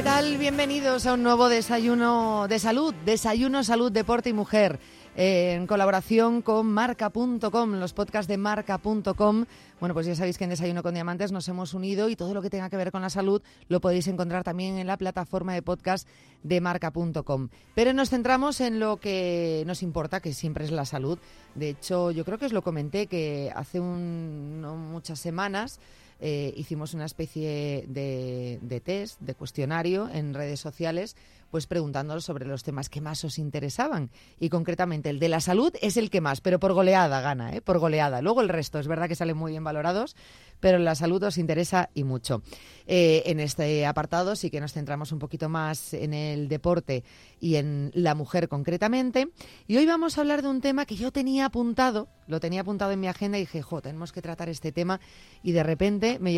¿Qué tal? Bienvenidos a un nuevo Desayuno de Salud, Desayuno Salud, Deporte y Mujer, en colaboración con Marca.com, los podcasts de Marca.com. Bueno, pues ya sabéis que en Desayuno con Diamantes nos hemos unido y todo lo que tenga que ver con la salud lo podéis encontrar también en la plataforma de podcast de Marca.com. Pero nos centramos en lo que nos importa, que siempre es la salud. De hecho, yo creo que os lo comenté, que hace no muchas semanas hicimos una especie de test, de cuestionario en redes sociales, pues preguntándolos sobre los temas que más os interesaban. Y concretamente el de la salud es el que más, pero por goleada gana, por goleada. Luego el resto, es verdad que salen muy bien valorados, pero la salud os interesa y mucho. En este apartado sí que nos centramos un poquito más en el deporte y en la mujer concretamente. Y hoy vamos a hablar de un tema que yo tenía apuntado, lo tenía apuntado en mi agenda y dije, tenemos que tratar este tema. Y de repente me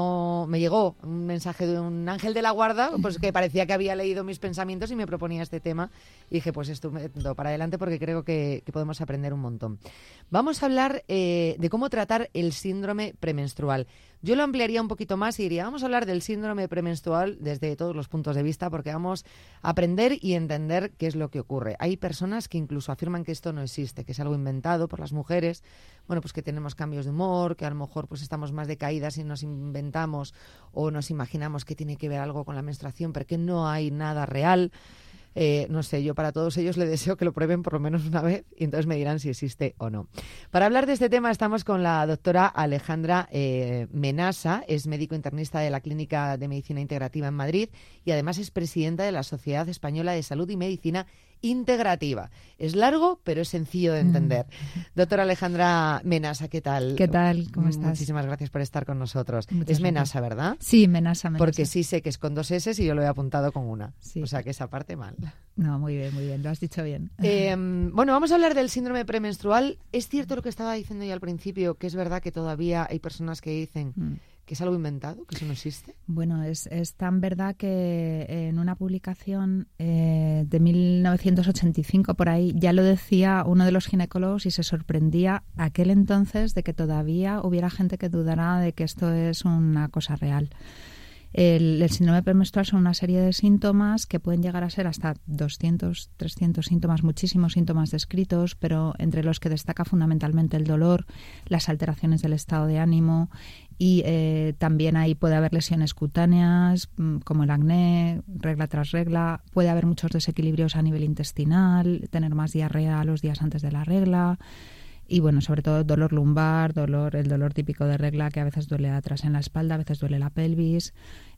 llegó un mensaje de un ángel de la guarda, pues que parecía que había leído mis pensamientos y me proponía este tema. Y dije, pues estupendo, para adelante, porque creo que podemos aprender un montón. Vamos a hablar de cómo tratar el síndrome premenstrual. Yo lo ampliaría un poquito más y diría, vamos a hablar del síndrome premenstrual desde todos los puntos de vista, porque vamos a aprender y entender qué es lo que ocurre. Hay personas que incluso afirman que esto no existe, que es algo inventado por las mujeres, bueno, pues que tenemos cambios de humor, que a lo mejor pues estamos más decaídas y nos inventamos o nos imaginamos que tiene que ver algo con la menstruación, pero que no hay nada real. No sé, yo para todos ellos les deseo que lo prueben por lo menos una vez y entonces me dirán si existe o no. Para hablar de este tema estamos con la doctora Alejandra Menasa, es médico internista de la Clínica de Medicina Integrativa en Madrid y además es presidenta de la Sociedad Española de Salud y Medicina Integrativa. Es largo, pero es sencillo de entender. Doctora Alejandra Menasa, ¿qué tal? ¿Qué tal? ¿Cómo estás? Muchísimas gracias por estar con nosotros. Muchas es Menasa, gracias. ¿verdad? Sí, Menasa. Porque sí sé que es con 2 S y yo lo he apuntado con una. Sí. O sea que esa parte mal. No, muy bien, lo has dicho bien. Bueno, vamos a hablar del síndrome premenstrual. Es cierto lo que estaba diciendo yo al principio, que es verdad que todavía hay personas que dicen que es algo inventado, que eso no existe. Bueno, es tan verdad que en una publicación de 1985 por ahí ya lo decía uno de los ginecólogos y se sorprendía aquel entonces de que todavía hubiera gente que dudara de que esto es una cosa real. El síndrome premenstrual son una serie de síntomas que pueden llegar a ser hasta 200, 300 síntomas, muchísimos síntomas descritos, pero entre los que destaca fundamentalmente el dolor, las alteraciones del estado de ánimo y también ahí puede haber lesiones cutáneas como el acné, regla tras regla, puede haber muchos desequilibrios a nivel intestinal, tener más diarrea los días antes de la regla. Y bueno, sobre todo dolor lumbar, el dolor típico de regla que a veces duele atrás en la espalda, a veces duele la pelvis.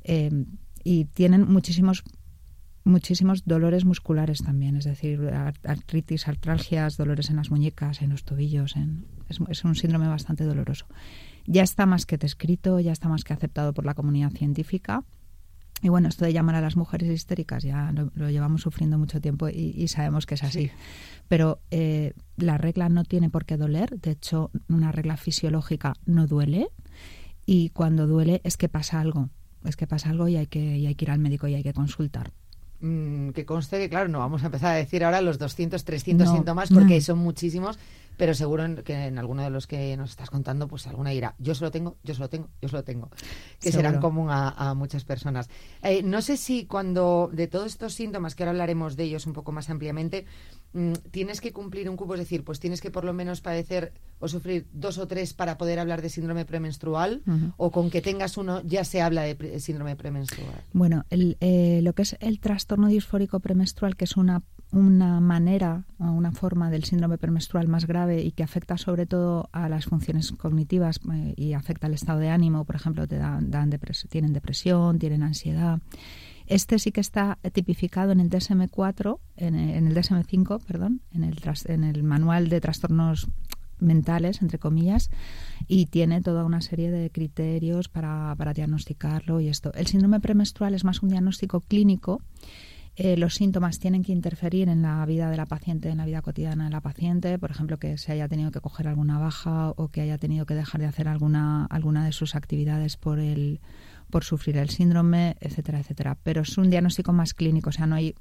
Y tienen muchísimos dolores musculares también, es decir, artritis, artralgias, dolores en las muñecas, en los tobillos. Es un síndrome bastante doloroso. Ya está más que descrito, ya está más que aceptado por la comunidad científica. Y bueno, esto de llamar a las mujeres histéricas ya lo llevamos sufriendo mucho tiempo y sabemos que es así. Sí. Pero la regla no tiene por qué doler. De hecho, una regla fisiológica no duele. Y cuando duele es que pasa algo. Es que pasa algo y hay que ir al médico y hay que consultar. Que conste que, claro, no vamos a empezar a decir ahora los 200, 300 síntomas porque son muchísimos, pero seguro que en alguno de los que nos estás contando, pues alguna dirá, yo se lo tengo, que seguro. Serán común a muchas personas. No sé si cuando, de todos estos síntomas, que ahora hablaremos de ellos un poco más ampliamente, tienes que cumplir un cupo, es decir, pues tienes que por lo menos padecer o sufrir 2 o 3 para poder hablar de síndrome premenstrual, o con que tengas uno ya se habla de síndrome premenstrual. Bueno, lo que es el trastorno disfórico premenstrual, que es una manera o una forma del síndrome premenstrual más grave y que afecta sobre todo a las funciones cognitivas y afecta al estado de ánimo, por ejemplo, tienen depresión, tienen ansiedad. Este sí que está tipificado en el DSM-4, en el DSM-5, perdón, en el manual de trastornos mentales, entre comillas, y tiene toda una serie de criterios para diagnosticarlo y esto. El síndrome premenstrual es más un diagnóstico clínico. Los síntomas tienen que interferir en la vida de la paciente, en la vida cotidiana de la paciente, por ejemplo, que se haya tenido que coger alguna baja o que haya tenido que dejar de hacer alguna de sus actividades por sufrir el síndrome, etcétera, etcétera. Pero es un diagnóstico más clínico, o sea, no hay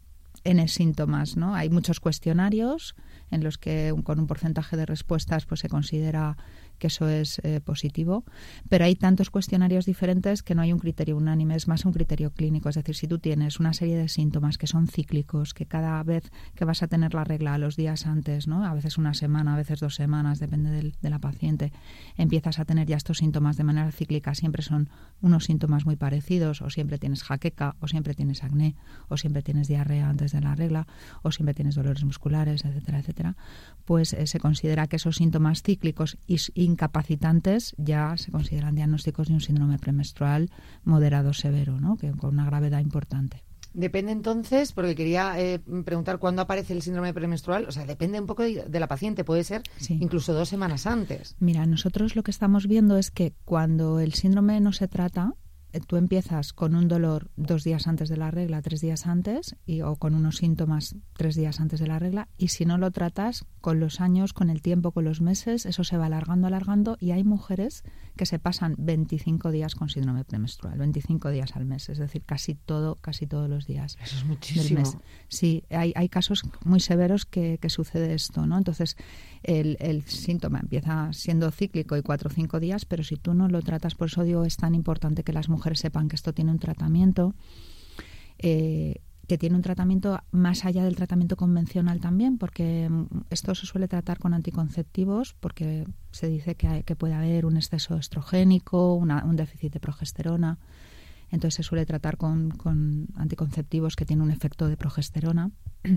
N síntomas, ¿no? Hay muchos cuestionarios en los que con un porcentaje de respuestas pues se considera que eso es positivo, pero hay tantos cuestionarios diferentes que no hay un criterio unánime, es más un criterio clínico. Es decir, si tú tienes una serie de síntomas que son cíclicos, que cada vez que vas a tener la regla los días antes, ¿no? A veces una semana, a veces 2 semanas, depende de la paciente, empiezas a tener ya estos síntomas de manera cíclica, siempre son unos síntomas muy parecidos, o siempre tienes jaqueca, o siempre tienes acné, o siempre tienes diarrea antes de la regla, o siempre tienes dolores musculares, etcétera, etcétera, pues se considera que esos síntomas cíclicos incapacitantes ya se consideran diagnósticos de un síndrome premenstrual moderado severo, ¿no? Que con una gravedad importante. Depende entonces, porque quería preguntar cuándo aparece el síndrome premenstrual, o sea, depende un poco de la paciente, puede ser incluso 2 semanas antes. Mira, nosotros lo que estamos viendo es que cuando el síndrome no se trata, tú empiezas con un dolor 2 días antes de la regla, 3 días antes, o con unos síntomas 3 días antes de la regla, y si no lo tratas, con los años, con el tiempo, con los meses, eso se va alargando, y hay mujeres que se pasan 25 días con síndrome premenstrual, 25 días al mes, es decir, casi todos los días. Eso es muchísimo. Del mes. Sí, hay casos muy severos que sucede esto, ¿no? Entonces, el síntoma empieza siendo cíclico y 4 o 5 días, pero si tú no lo tratas, por eso digo, es tan importante que las mujeres sepan que esto tiene un tratamiento, que tiene un tratamiento más allá del tratamiento convencional también, porque esto se suele tratar con anticonceptivos, porque se dice que puede haber un exceso estrogénico, un déficit de progesterona. Entonces se suele tratar con anticonceptivos que tienen un efecto de progesterona.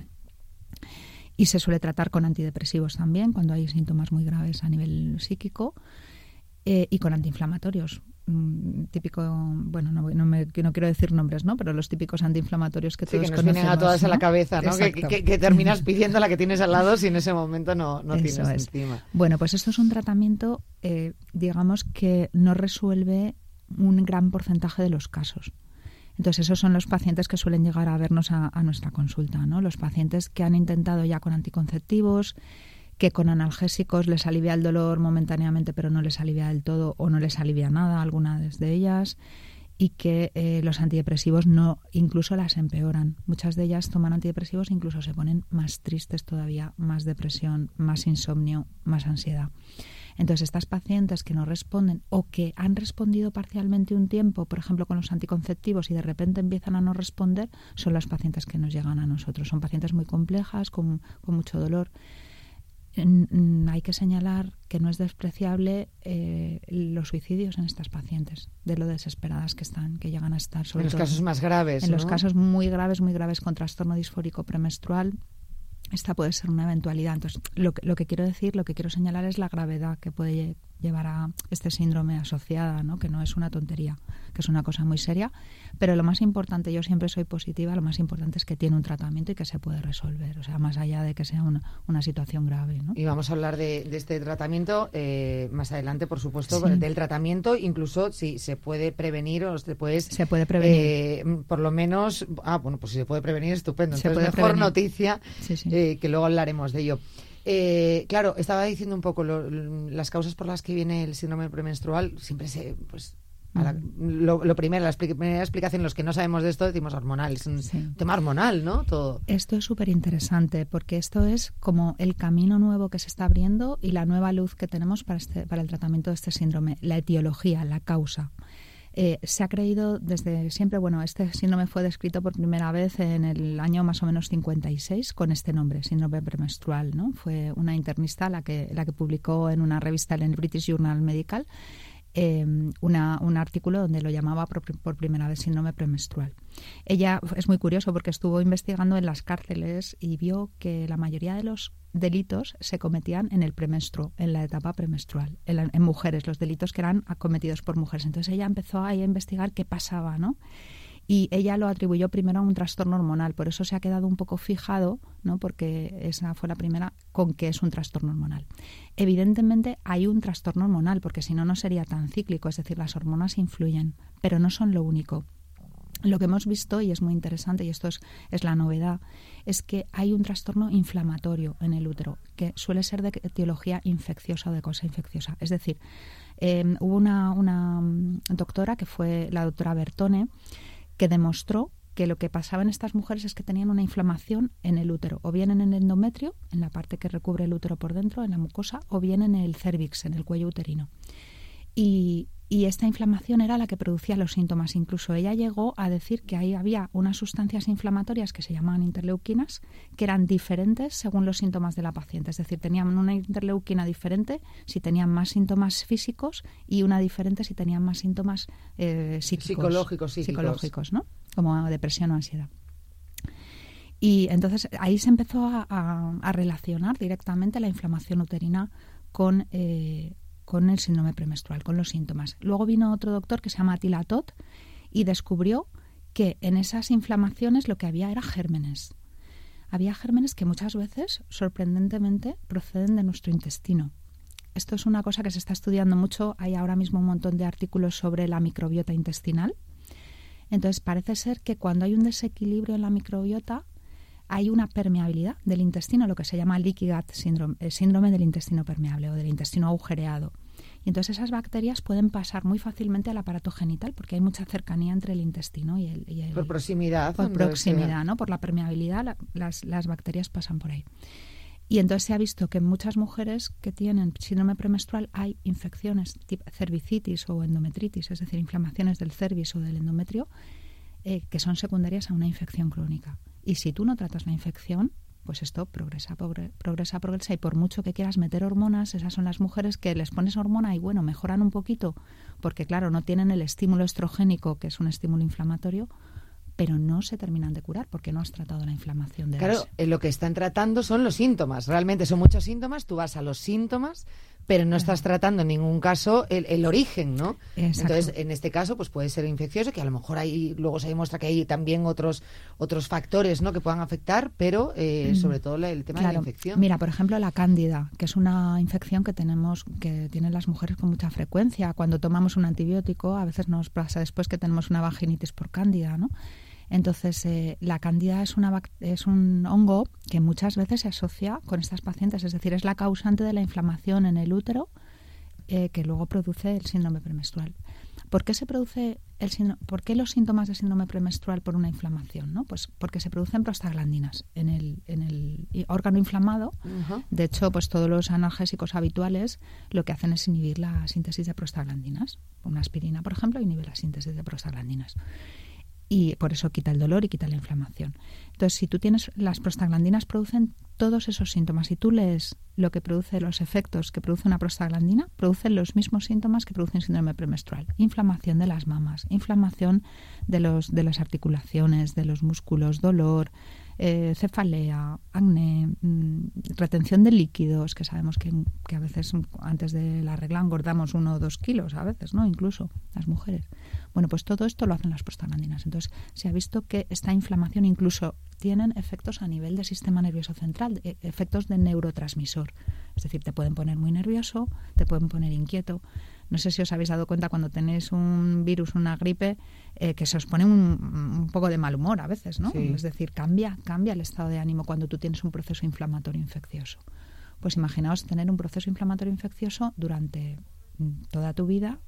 Y se suele tratar con antidepresivos también, cuando hay síntomas muy graves a nivel psíquico, y con antiinflamatorios. Típico, bueno, no quiero decir nombres, ¿no? Pero los típicos antiinflamatorios que todos que nos conocemos, vienen a todas, ¿no?, a la cabeza, ¿no? Que terminas pidiendo la que tienes al lado si en ese momento no tienes encima. Bueno, pues esto es un tratamiento, digamos, que no resuelve un gran porcentaje de los casos. Entonces, esos son los pacientes que suelen llegar a vernos a nuestra consulta, ¿no? Los pacientes que han intentado ya con anticonceptivos, que con analgésicos les alivia el dolor momentáneamente, pero no les alivia del todo o no les alivia nada, algunas de ellas, y que los antidepresivos no, incluso las empeoran. Muchas de ellas toman antidepresivos e incluso se ponen más tristes todavía, más depresión, más insomnio, más ansiedad. Entonces, estas pacientes que no responden o que han respondido parcialmente un tiempo, por ejemplo, con los anticonceptivos y de repente empiezan a no responder, son las pacientes que nos llegan a nosotros. Son pacientes muy complejas, con mucho dolor. Hay que señalar que no es despreciable los suicidios en estas pacientes, de lo desesperadas que están, que llegan a estar, sobre todo en los todo casos más graves, en ¿no? los casos muy graves con trastorno disfórico premenstrual. Esta puede ser una eventualidad. Entonces, lo que quiero decir, lo que quiero señalar es la gravedad que puede llevar a este síndrome asociada, ¿no? Que no es una tontería, que es una cosa muy seria, pero lo más importante, yo siempre soy positiva, lo más importante es que tiene un tratamiento y que se puede resolver, o sea, más allá de que sea una situación grave, ¿no? Y vamos a hablar de este tratamiento más adelante, por supuesto, sí, del tratamiento, incluso si se puede prevenir o se puede prevenir. Por lo menos, bueno, pues si se puede prevenir, estupendo. Entonces, mejor prevenir. Noticia, sí. Que luego hablaremos de ello. Claro, estaba diciendo un poco las causas por las que viene el síndrome premenstrual. Siempre lo primero, la primera explicación, los que no sabemos de esto, decimos hormonal. Es un tema hormonal, ¿no? Todo. Esto es súper interesante porque esto es como el camino nuevo que se está abriendo y la nueva luz que tenemos para el tratamiento de este síndrome. La etiología, la causa. Se ha creído desde siempre, bueno, este síndrome fue descrito por primera vez en el año más o menos 56 con este nombre, síndrome premenstrual, ¿no? Fue una internista la que publicó en una revista, en el British Journal Medical, un artículo donde lo llamaba por primera vez síndrome premenstrual. Ella es muy curioso porque estuvo investigando en las cárceles y vio que la mayoría de los delitos se cometían en el premenstruo, en la etapa premenstrual, en mujeres, los delitos que eran cometidos por mujeres. Entonces ella empezó ahí a investigar qué pasaba, ¿no? Y ella lo atribuyó primero a un trastorno hormonal, por eso se ha quedado un poco fijado, ¿no? Porque esa fue la primera con que es un trastorno hormonal. Evidentemente hay un trastorno hormonal, porque si no, no sería tan cíclico, es decir, las hormonas influyen, pero no son lo único. Lo que hemos visto, y es muy interesante, y esto es la novedad, es que hay un trastorno inflamatorio en el útero, que suele ser de etiología infecciosa o de causa infecciosa. Es decir, hubo una doctora, que fue la doctora Bertone, que demostró que lo que pasaba en estas mujeres es que tenían una inflamación en el útero, o bien en el endometrio, en la parte que recubre el útero por dentro, en la mucosa, o bien en el cérvix, en el cuello uterino. Y esta inflamación era la que producía los síntomas. Incluso ella llegó a decir que ahí había unas sustancias inflamatorias que se llamaban interleuquinas, que eran diferentes según los síntomas de la paciente. Es decir, tenían una interleuquina diferente si tenían más síntomas físicos y una diferente si tenían más síntomas psicológicos, ¿no? Como depresión o ansiedad. Y entonces ahí se empezó a relacionar directamente la inflamación uterina con el síndrome premenstrual, con los síntomas. Luego vino otro doctor que se llama Attila Toth y descubrió que en esas inflamaciones lo que había era gérmenes. Había gérmenes que muchas veces, sorprendentemente, proceden de nuestro intestino. Esto es una cosa que se está estudiando mucho. Hay ahora mismo un montón de artículos sobre la microbiota intestinal. Entonces, parece ser que cuando hay un desequilibrio en la microbiota, hay una permeabilidad del intestino, lo que se llama leaky gut syndrome, síndrome del intestino permeable o del intestino agujereado. Y entonces esas bacterias pueden pasar muy fácilmente al aparato genital porque hay mucha cercanía entre el intestino y el por proximidad. Por proximidad, ¿no? Por la permeabilidad, las bacterias pasan por ahí. Y entonces se ha visto que en muchas mujeres que tienen síndrome premenstrual hay infecciones tipo cervicitis o endometritis, es decir, inflamaciones del cervix o del endometrio, que son secundarias a una infección crónica. Y si tú no tratas la infección, pues esto progresa y por mucho que quieras meter hormonas, esas son las mujeres que les pones hormona y bueno, mejoran un poquito porque claro, no tienen el estímulo estrogénico, que es un estímulo inflamatorio, pero no se terminan de curar porque no has tratado la inflamación de Claro, lo que están tratando son los síntomas. Realmente son muchos síntomas, tú vas a los síntomas, pero no estás tratando en ningún caso el origen, ¿no? Exacto. Entonces, en este caso, pues puede ser infeccioso, que a lo mejor luego se demuestra que hay también otros factores, ¿no?, que puedan afectar, pero sobre todo el tema de la infección. Mira, por ejemplo, la cándida, que es una infección que tienen las mujeres con mucha frecuencia. Cuando tomamos un antibiótico, a veces nos pasa después que tenemos una vaginitis por cándida, ¿no? Entonces, la cándida es un hongo que muchas veces se asocia con estas pacientes, es decir, es la causante de la inflamación en el útero que luego produce el síndrome premenstrual. ¿Por qué se produce por qué los síntomas de síndrome premenstrual por una inflamación? ¿No? Pues porque se producen prostaglandinas en el órgano inflamado. Uh-huh. De hecho, pues todos los analgésicos habituales lo que hacen es inhibir la síntesis de prostaglandinas. Una aspirina, por ejemplo, inhibe la síntesis de prostaglandinas. Y por eso quita el dolor y quita la inflamación. Entonces, si tú tienes, las prostaglandinas producen todos esos síntomas. Si tú lees lo que produce, los efectos que produce una prostaglandina, producen los mismos síntomas que produce un síndrome premenstrual. Inflamación de las mamas, inflamación de las articulaciones, de los músculos, dolor, cefalea, acné, retención de líquidos, que sabemos que a veces antes de la regla engordamos 1 o 2 kilos, a veces, ¿no? Incluso las mujeres. Bueno, pues todo esto lo hacen las prostaglandinas. Entonces, se ha visto que esta inflamación incluso tienen efectos a nivel del sistema nervioso central, efectos de neurotransmisor. Es decir, te pueden poner muy nervioso, te pueden poner inquieto. No sé si os habéis dado cuenta cuando tenéis un virus, una gripe, que se os pone un poco de mal humor a veces, ¿no? Sí. Es decir, cambia el estado de ánimo cuando tú tienes un proceso inflamatorio infeccioso. Pues imaginaos tener un proceso inflamatorio infeccioso durante toda tu vida,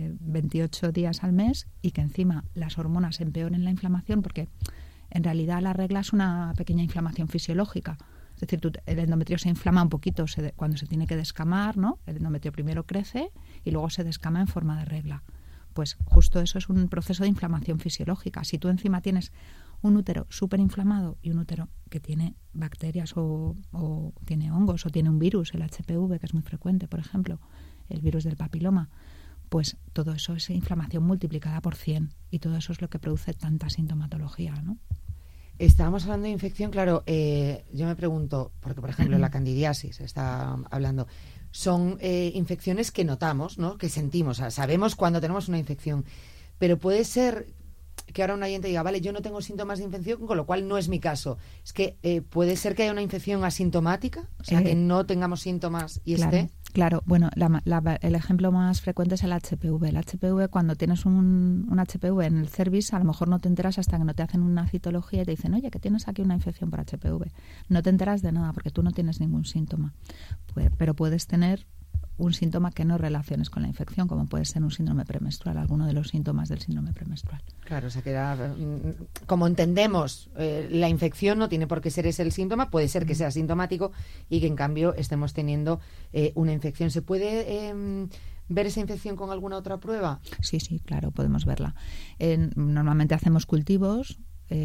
28 días al mes, y que encima las hormonas empeoren la inflamación, porque en realidad la regla es una pequeña inflamación fisiológica. Es decir, el endometrio se inflama un poquito cuando se tiene que descamar, ¿no? El endometrio primero crece y luego se descama en forma de regla. Pues justo eso es un proceso de inflamación fisiológica. Si tú encima tienes un útero súper inflamado y un útero que tiene bacterias o tiene hongos o tiene un virus, el HPV, que es muy frecuente, por ejemplo, el virus del papiloma, pues todo eso es inflamación multiplicada por 100 y todo eso es lo que produce tanta sintomatología, ¿no? Estábamos hablando de infección, claro, yo me pregunto, porque por ejemplo la candidiasis está hablando, son infecciones que notamos, ¿no?, que sentimos, o sea, sabemos cuando tenemos una infección, pero puede ser que ahora un oyente diga, vale, yo no tengo síntomas de infección, con lo cual no es mi caso. Es que puede ser que haya una infección asintomática, o sea, que no tengamos síntomas y esté. Claro, bueno, el ejemplo más frecuente es el HPV. El HPV, cuando tienes un HPV en el cervix, a lo mejor no te enteras hasta que no te hacen una citología y te dicen, oye, que tienes aquí una infección por HPV. No te enteras de nada porque tú no tienes ningún síntoma. Pero puedes tener un síntoma que no relaciones con la infección, como puede ser un síndrome premenstrual, alguno de los síntomas del síndrome premenstrual. Claro, o sea que como entendemos, la infección no tiene por qué ser ese el síntoma, puede ser que sea sintomático y que en cambio estemos teniendo una infección. ¿Se puede ver esa infección con alguna otra prueba? Sí, claro, podemos verla. Normalmente hacemos cultivos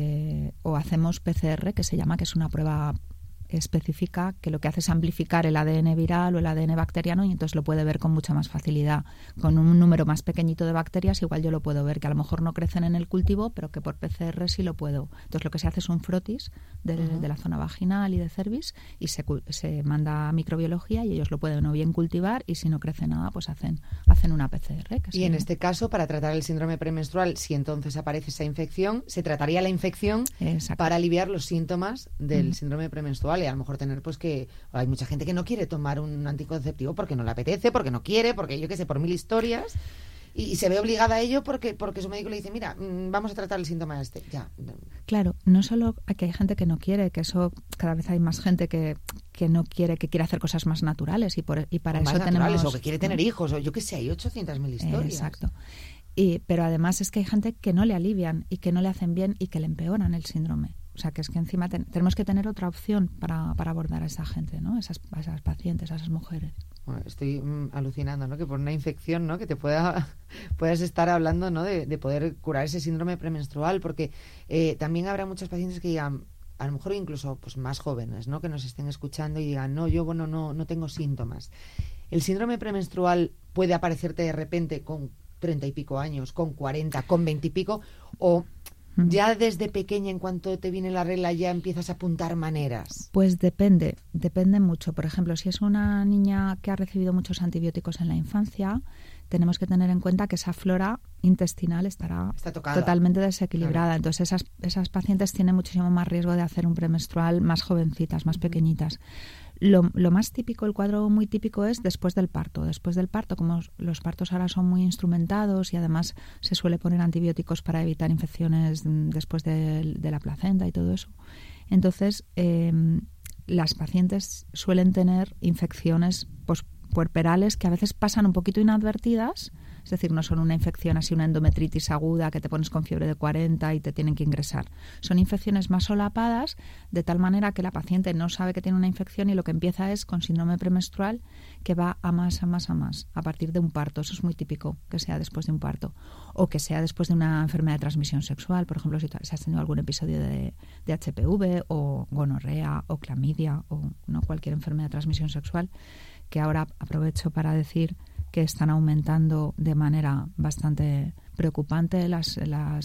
o hacemos PCR, que se llama, que es una prueba específica que lo que hace es amplificar el ADN viral o el ADN bacteriano y entonces lo puede ver con mucha más facilidad. Con un número más pequeñito de bacterias igual yo lo puedo ver, que a lo mejor no crecen en el cultivo, pero que por PCR sí lo puedo. Entonces lo que se hace es un frotis de la zona vaginal y de cervix y se manda a microbiología y ellos lo pueden o bien cultivar y si no crece nada pues hacen una PCR. Y en este caso, para tratar el síndrome premenstrual, si entonces aparece esa infección, se trataría la infección para aliviar los síntomas del síndrome premenstrual. Y a lo mejor tener pues que hay mucha gente que no quiere tomar un anticonceptivo porque no le apetece, porque no quiere, porque yo qué sé, por mil historias y se ve obligada a ello porque su médico le dice, mira, vamos a tratar el síntoma ya. Claro, no solo que hay gente que no quiere, que eso cada vez hay más gente que no quiere, que quiere hacer cosas más naturales y para eso tenemos... O que quiere tener hijos, o yo qué sé, hay 800.000 historias. Exacto. Pero además es que hay gente que no le alivian y que no le hacen bien y que le empeoran el síndrome. O sea, que es que encima tenemos que tener otra opción para abordar a esa gente, ¿no? A esas pacientes, a esas mujeres. Bueno, estoy alucinando, ¿no? Que por una infección, ¿no? Que te puedas estar hablando, ¿no? De poder curar ese síndrome premenstrual, porque también habrá muchos pacientes que digan, a lo mejor incluso pues más jóvenes, ¿no? Que nos estén escuchando y digan, no, yo no tengo síntomas. ¿El síndrome premenstrual puede aparecerte de repente con 30 y pico años, con 40, con 20 y pico, o ya desde pequeña, en cuanto te viene la regla, ya empiezas a apuntar maneras? Pues depende mucho. Por ejemplo, si es una niña que ha recibido muchos antibióticos en la infancia, tenemos que tener en cuenta que esa flora intestinal está totalmente desequilibrada. Claro. Entonces esas pacientes tienen muchísimo más riesgo de hacer un premenstrual más jovencitas, más pequeñitas. Lo más típico, el cuadro muy típico es después del parto. Después del parto, como los partos ahora son muy instrumentados y además se suele poner antibióticos para evitar infecciones después de la placenta y todo eso. Entonces, las pacientes suelen tener infecciones puerperales que a veces pasan un poquito inadvertidas. Es decir, no son una infección así, una endometritis aguda que te pones con fiebre de 40 y te tienen que ingresar. Son infecciones más solapadas, de tal manera que la paciente no sabe que tiene una infección y lo que empieza es con síndrome premenstrual que va a más, a partir de un parto. Eso es muy típico, que sea después de un parto. O que sea después de una enfermedad de transmisión sexual. Por ejemplo, si has tenido algún episodio de HPV o gonorrea o clamidia o no cualquier enfermedad de transmisión sexual, que ahora aprovecho para decir que están aumentando de manera bastante preocupante las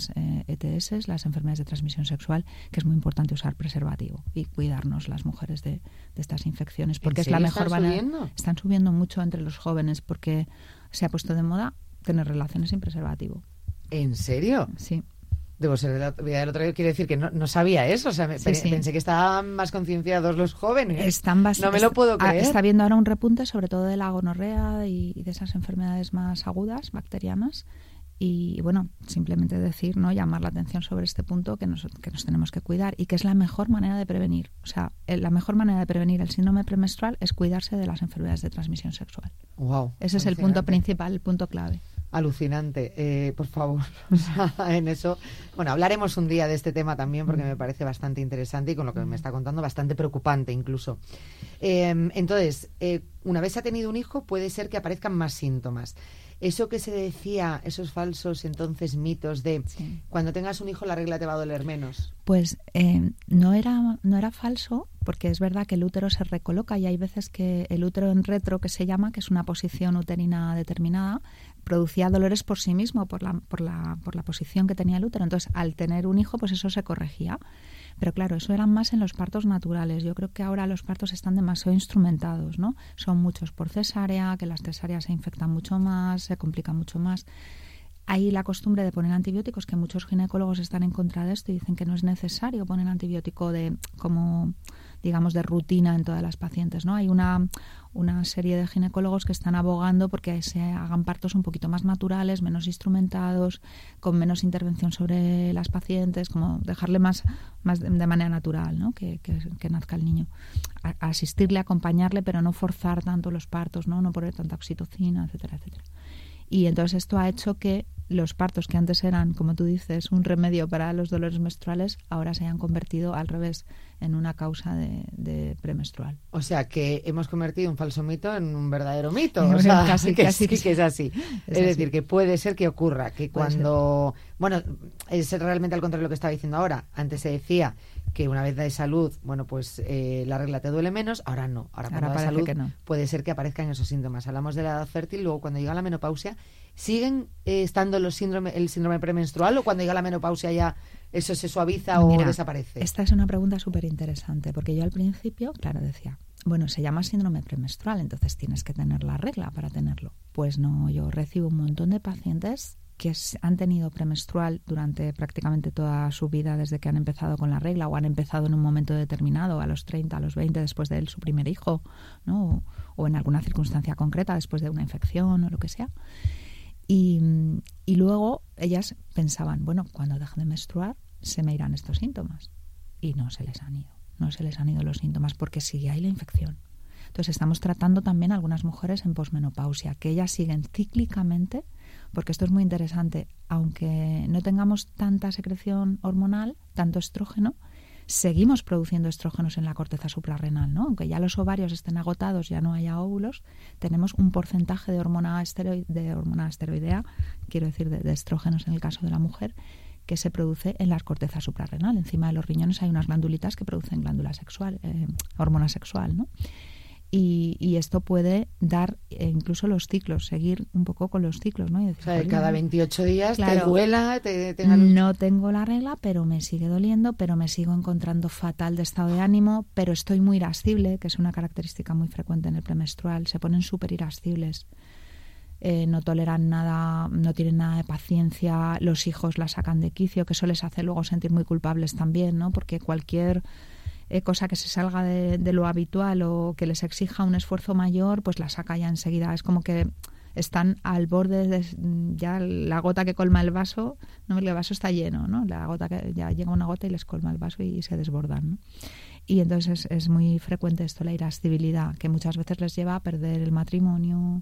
ETS, las enfermedades de transmisión sexual, que es muy importante usar preservativo y cuidarnos las mujeres de estas infecciones, porque es la mejor manera. Están subiendo mucho entre los jóvenes porque se ha puesto de moda tener relaciones sin preservativo. ¿En serio? Sí. Debo ser de la vida del otro día. Quiere decir que no sabía eso. O sea, pensé que estaban más concienciados los jóvenes. No me lo puedo creer. Está habiendo ahora un repunte, sobre todo de la gonorrea y de esas enfermedades más agudas, bacterianas. Y bueno, simplemente decir, ¿no? Llamar la atención sobre este punto que nos tenemos que cuidar y que es la mejor manera de prevenir. O sea, la mejor manera de prevenir el síndrome premenstrual es cuidarse de las enfermedades de transmisión sexual. Wow, ese es el punto principal, el punto clave. Alucinante, por favor. O sea, en eso, bueno, hablaremos un día de este tema también porque me parece bastante interesante y con lo que me está contando bastante preocupante incluso. Entonces, una vez ha tenido un hijo puede ser que aparezcan más síntomas. Eso que se decía, esos falsos entonces mitos de cuando tengas un hijo la regla te va a doler menos. Pues no era falso, porque es verdad que el útero se recoloca y hay veces que el útero en retro, que se llama, que es una posición uterina determinada, producía dolores por sí mismo, por la posición que tenía el útero. Entonces, al tener un hijo, pues eso se corregía. Pero claro, eso eran más en los partos naturales. Yo creo que ahora los partos están demasiado instrumentados, ¿no? Son muchos por cesárea, que las cesáreas se infectan mucho más, se complican mucho más. Hay la costumbre de poner antibióticos, que muchos ginecólogos están en contra de esto y dicen que no es necesario poner antibiótico como digamos, de rutina en todas las pacientes, ¿no? Hay una serie de ginecólogos que están abogando porque se hagan partos un poquito más naturales, menos instrumentados, con menos intervención sobre las pacientes, como dejarle más de manera natural, ¿no? Que nazca el niño. Asistirle, acompañarle, pero no forzar tanto los partos, no poner tanta oxitocina, etcétera, etcétera. Y entonces esto ha hecho que los partos que antes eran, como tú dices, un remedio para los dolores menstruales, ahora se hayan convertido al revés en una causa de premenstrual. O sea, que hemos convertido un falso mito en un verdadero mito. O sea, casi que es así. Es decir, que puede ser que ocurra, que cuando... Bueno, es realmente al contrario de lo que estaba diciendo ahora. Antes se decía que una vez de salud, bueno, pues la regla te duele menos, ahora no. Ahora cuando da salud puede ser que aparezcan esos síntomas. Hablamos de la edad fértil, luego cuando llega la menopausia, ¿siguen estando el síndrome premenstrual o cuando llega la menopausia ya eso se suaviza o desaparece? Esta es una pregunta súper interesante, porque yo al principio, claro, decía, bueno, se llama síndrome premenstrual, entonces tienes que tener la regla para tenerlo. Pues no, yo recibo un montón de pacientes que han tenido premenstrual durante prácticamente toda su vida desde que han empezado con la regla o han empezado en un momento determinado, a los 30, a los 20, después de su primer hijo, ¿no? O en alguna circunstancia concreta, después de una infección o lo que sea. Y luego ellas pensaban, bueno, cuando deje de menstruar se me irán estos síntomas. Y no se les han ido los síntomas porque sigue ahí la infección. Entonces estamos tratando también a algunas mujeres en posmenopausia, que ellas siguen cíclicamente, porque esto es muy interesante, aunque no tengamos tanta secreción hormonal, tanto estrógeno, seguimos produciendo estrógenos en la corteza suprarrenal, ¿no? Aunque ya los ovarios estén agotados, ya no haya óvulos, tenemos un porcentaje de hormona esteroidea, quiero decir de estrógenos en el caso de la mujer, que se produce en la corteza suprarrenal. Encima de los riñones hay unas glandulitas que producen hormona sexual, ¿no? Y esto puede dar incluso los ciclos, seguir un poco con los ciclos, ¿no? Y decir, o sea, cada 28 días claro, te duela, no tengo la regla, pero me sigue doliendo, pero me sigo encontrando fatal de estado de ánimo, pero estoy muy irascible, que es una característica muy frecuente en el premenstrual. Se ponen súper irascibles, no toleran nada, no tienen nada de paciencia, los hijos la sacan de quicio, que eso les hace luego sentir muy culpables también, ¿no? Porque cualquier cosa que se salga de lo habitual o que les exija un esfuerzo mayor, pues la saca ya enseguida. Es como que están al borde de ya la gota que colma el vaso, no, el vaso está lleno, ¿no? La gota que ya llega una gota y les colma el vaso y se desbordan, ¿no? Y entonces es muy frecuente esto, la irascibilidad, que muchas veces les lleva a perder el matrimonio,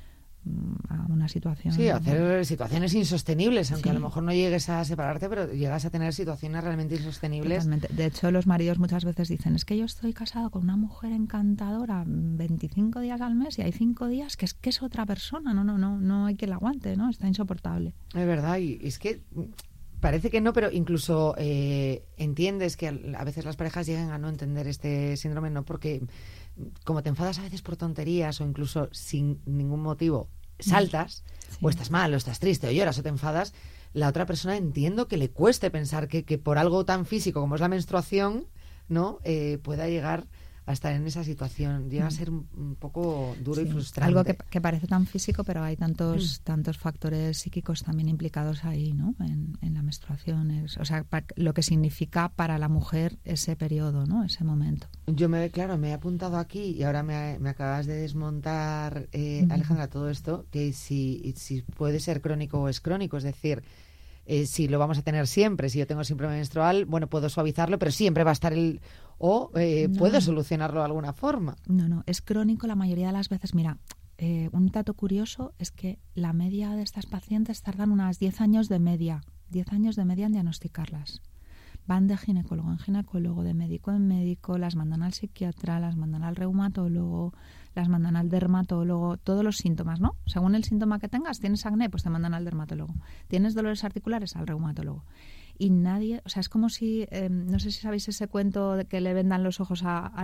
a una situación... Sí, a hacer situaciones insostenibles, aunque a lo mejor no llegues a separarte, pero llegas a tener situaciones realmente insostenibles. Totalmente. De hecho, los maridos muchas veces dicen, es que yo estoy casado con una mujer encantadora 25 días al mes y hay 5 días que es otra persona, no hay que la aguante, ¿no? Está insoportable. Es verdad, y es que parece que no, pero incluso entiendes que a veces las parejas llegan a no entender este síndrome, no porque... como te enfadas a veces por tonterías o incluso sin ningún motivo saltas, sí, o estás mal, o estás triste, o lloras, o te enfadas, la otra persona entiendo que le cueste pensar que por algo tan físico como es la menstruación, ¿no? Pueda llegar a estar en esa situación. Llega a ser un poco duro, sí, y frustrante. Algo que parece tan físico, pero hay tantos factores psíquicos también implicados ahí, ¿no? En la menstruación. O sea, lo que significa para la mujer ese periodo, ¿no? Ese momento. Yo me he apuntado aquí y ahora me acabas de desmontar, Alejandra, todo esto, que si puede ser crónico o es crónico, es decir... si lo vamos a tener siempre, si yo tengo síndrome menstrual, bueno, puedo suavizarlo, pero siempre va a estar puedo solucionarlo de alguna forma. No, es crónico la mayoría de las veces. Mira, un dato curioso es que la media de estas pacientes tardan unas 10 años de media en diagnosticarlas. Van de ginecólogo en ginecólogo, de médico en médico, las mandan al psiquiatra, las mandan al reumatólogo, las mandan al dermatólogo, todos los síntomas, ¿no? Según el síntoma que tengas, tienes acné, pues te mandan al dermatólogo. Tienes dolores articulares, al reumatólogo. Y nadie, o sea, es como si, no sé si sabéis ese cuento de que le vendan los ojos a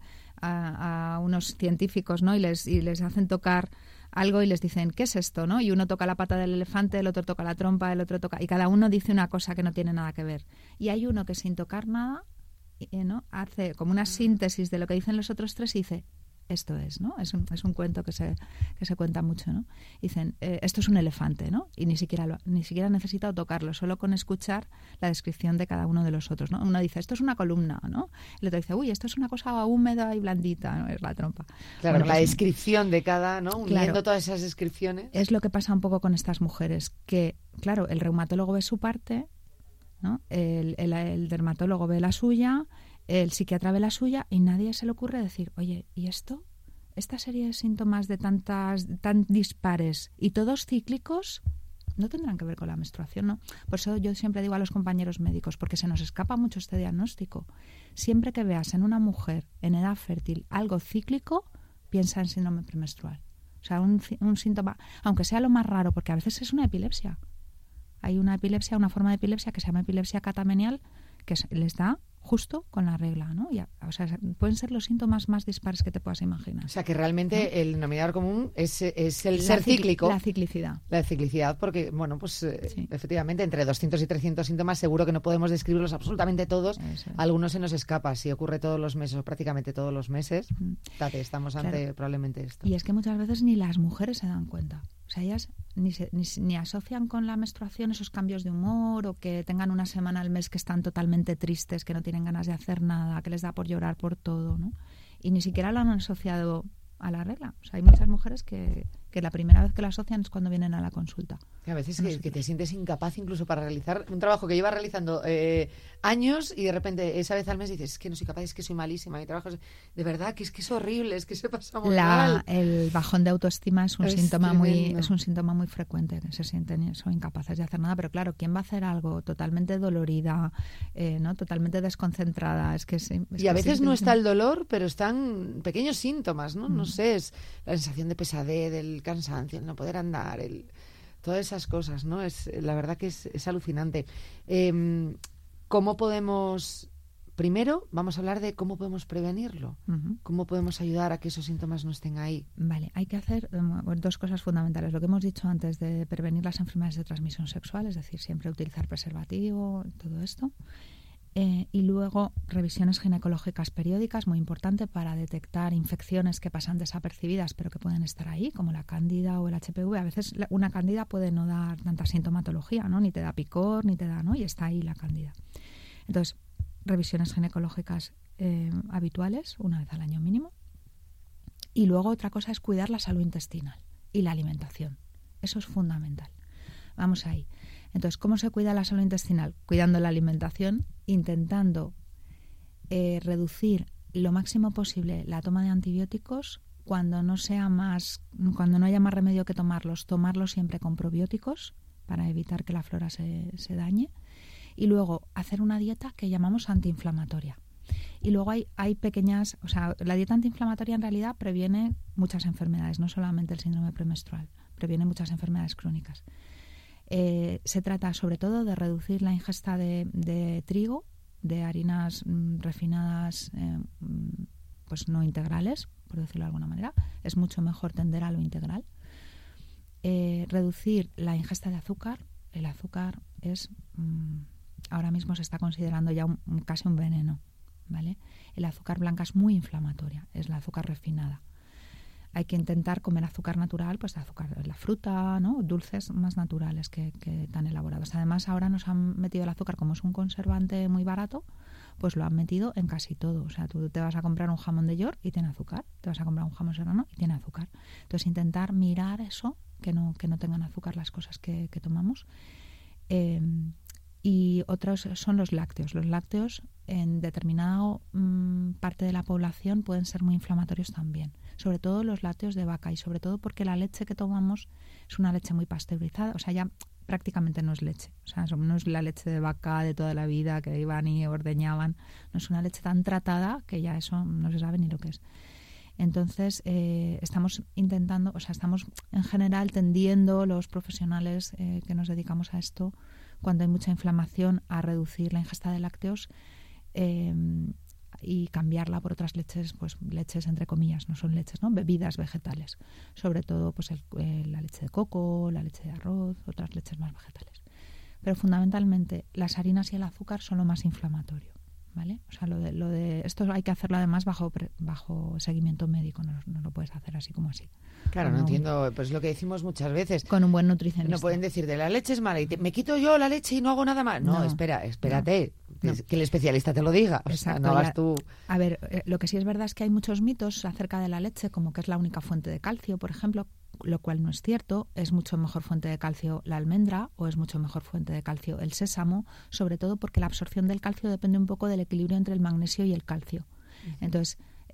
unos científicos, ¿no? Y les hacen tocar algo y les dicen, ¿qué es esto?, ¿no? Y uno toca la pata del elefante, el otro toca la trompa, el otro toca... Y cada uno dice una cosa que no tiene nada que ver. Y hay uno que sin tocar nada, ¿no? Hace como una síntesis de lo que dicen los otros tres y dice, esto es, ¿no? Es un cuento que se cuenta mucho, ¿no? Dicen, esto es un elefante, ¿no? Y ni siquiera he necesitado tocarlo, solo con escuchar la descripción de cada uno de los otros, ¿no? Uno dice, esto es una columna, ¿no? El otro dice, uy, esto es una cosa húmeda y blandita, ¿no? Es la trompa. Claro, bueno, la descripción de cada, ¿no? Uniendo claro, todas esas descripciones. Es lo que pasa un poco con estas mujeres, que, claro, el reumatólogo ve su parte, ¿no? El dermatólogo ve la suya, el psiquiatra ve la suya y nadie se le ocurre decir, oye, ¿y esto? Esta serie de síntomas tan dispares y todos cíclicos no tendrán que ver con la menstruación, ¿no? Por eso yo siempre digo a los compañeros médicos, porque se nos escapa mucho este diagnóstico. Siempre que veas en una mujer en edad fértil algo cíclico, piensa en síndrome premenstrual. O sea, un síntoma, aunque sea lo más raro, porque a veces es una epilepsia. Hay una forma de epilepsia que se llama epilepsia catamenial, que les da justo con la regla, ¿no? O sea, pueden ser los síntomas más dispares que te puedas imaginar. O sea, que realmente, ¿no?, el denominador común es el ser cíclico. La ciclicidad. La ciclicidad, porque, bueno, pues sí, efectivamente, entre 200 y 300 síntomas seguro que no podemos describirlos absolutamente todos. Eso es. Algunos se nos escapa. Si ocurre todos los meses o prácticamente todos los meses, estamos ante probablemente esto. Y es que muchas veces ni las mujeres se dan cuenta. O sea, ellas ni asocian con la menstruación esos cambios de humor o que tengan una semana al mes que están totalmente tristes, que no tienen ganas de hacer nada, que les da por llorar por todo, ¿no? Y ni siquiera lo han asociado a la regla. O sea, hay muchas mujeres que la primera vez que la asocian es cuando vienen a la consulta. A veces que te sientes incapaz incluso para realizar un trabajo que llevas realizando años y de repente esa vez al mes dices, es que no soy capaz, es que soy malísima, mi trabajo es de verdad que es horrible, es que se pasa muy mal. El bajón de autoestima es un síntoma muy frecuente, que se sienten son incapaces de hacer nada, pero claro, ¿quién va a hacer algo totalmente dolorida, ¿no? Totalmente desconcentrada? Y a veces no está el dolor, pero están pequeños síntomas, ¿no? No sé, es la sensación de pesadez, del cansancio, el no poder andar, todas esas cosas, ¿no? La verdad que es alucinante. ¿Cómo podemos... Primero, vamos a hablar de cómo podemos prevenirlo. ¿Cómo podemos ayudar a que esos síntomas no estén ahí? Vale, hay que hacer dos cosas fundamentales. Lo que hemos dicho antes de prevenir las enfermedades de transmisión sexual, es decir, siempre utilizar preservativo, todo esto. Y luego revisiones ginecológicas periódicas, muy importante para detectar infecciones que pasan desapercibidas pero que pueden estar ahí, como la cándida o el HPV. A veces una cándida puede no dar tanta sintomatología, ¿no? Ni te da picor, ni te da, ¿no? Y está ahí la cándida. Entonces, revisiones ginecológicas habituales, una vez al año mínimo. Y luego otra cosa es cuidar la salud intestinal y la alimentación. Eso es fundamental. Vamos ahí. Entonces, ¿cómo se cuida la salud intestinal? Cuidando la alimentación, intentando reducir lo máximo posible la toma de antibióticos cuando no haya más remedio que tomarlos siempre con probióticos para evitar que la flora se dañe. Y luego hacer una dieta que llamamos antiinflamatoria. Y luego hay pequeñas... O sea, la dieta antiinflamatoria en realidad previene muchas enfermedades, no solamente el síndrome premenstrual, previene muchas enfermedades crónicas. Se trata sobre todo de reducir la ingesta de trigo, de harinas refinadas, pues no integrales, por decirlo de alguna manera. Es mucho mejor tender a lo integral. Reducir la ingesta de azúcar. El azúcar es... ahora mismo se está considerando ya casi un veneno, ¿vale? El azúcar blanca es muy inflamatoria, es la azúcar refinada. Hay que intentar comer azúcar natural, pues azúcar, la fruta, ¿no? Dulces más naturales que tan elaborados. Además, ahora nos han metido el azúcar, como es un conservante muy barato, pues lo han metido en casi todo. O sea, tú te vas a comprar un jamón de York y tiene azúcar, te vas a comprar un jamón serrano y tiene azúcar. Entonces, intentar mirar eso, que no tengan azúcar las cosas que tomamos. Y otros son los lácteos. Los lácteos en determinada parte de la población pueden ser muy inflamatorios también. Sobre todo los lácteos de vaca y sobre todo porque la leche que tomamos es una leche muy pasteurizada. O sea, ya prácticamente no es leche. O sea, no es la leche de vaca de toda la vida que iban y ordeñaban. No es una leche tan tratada que ya eso no se sabe ni lo que es. Entonces, estamos intentando, o sea, estamos en general tendiendo los profesionales que nos dedicamos a esto, cuando hay mucha inflamación, a reducir la ingesta de lácteos y cambiarla por otras leches, pues leches entre comillas, no son leches, ¿no? Bebidas vegetales, sobre todo pues la leche de coco, la leche de arroz, otras leches más vegetales. Pero fundamentalmente las harinas y el azúcar son lo más inflamatorio, ¿vale? O sea, lo de esto hay que hacerlo además bajo seguimiento médico, no lo puedes hacer así como así. Claro, no entiendo, pues lo que decimos muchas veces. Con un buen nutricionista. No pueden decir, de la leche es mala y me quito yo la leche y no hago nada más. No, espérate, que el especialista te lo diga. O sea, no hagas tú... A ver, lo que sí es verdad es que hay muchos mitos acerca de la leche, como que es la única fuente de calcio, por ejemplo, lo cual no es cierto. Es mucho mejor fuente de calcio la almendra o es mucho mejor fuente de calcio el sésamo, sobre todo porque la absorción del calcio depende un poco del equilibrio entre el magnesio y el calcio. Entonces,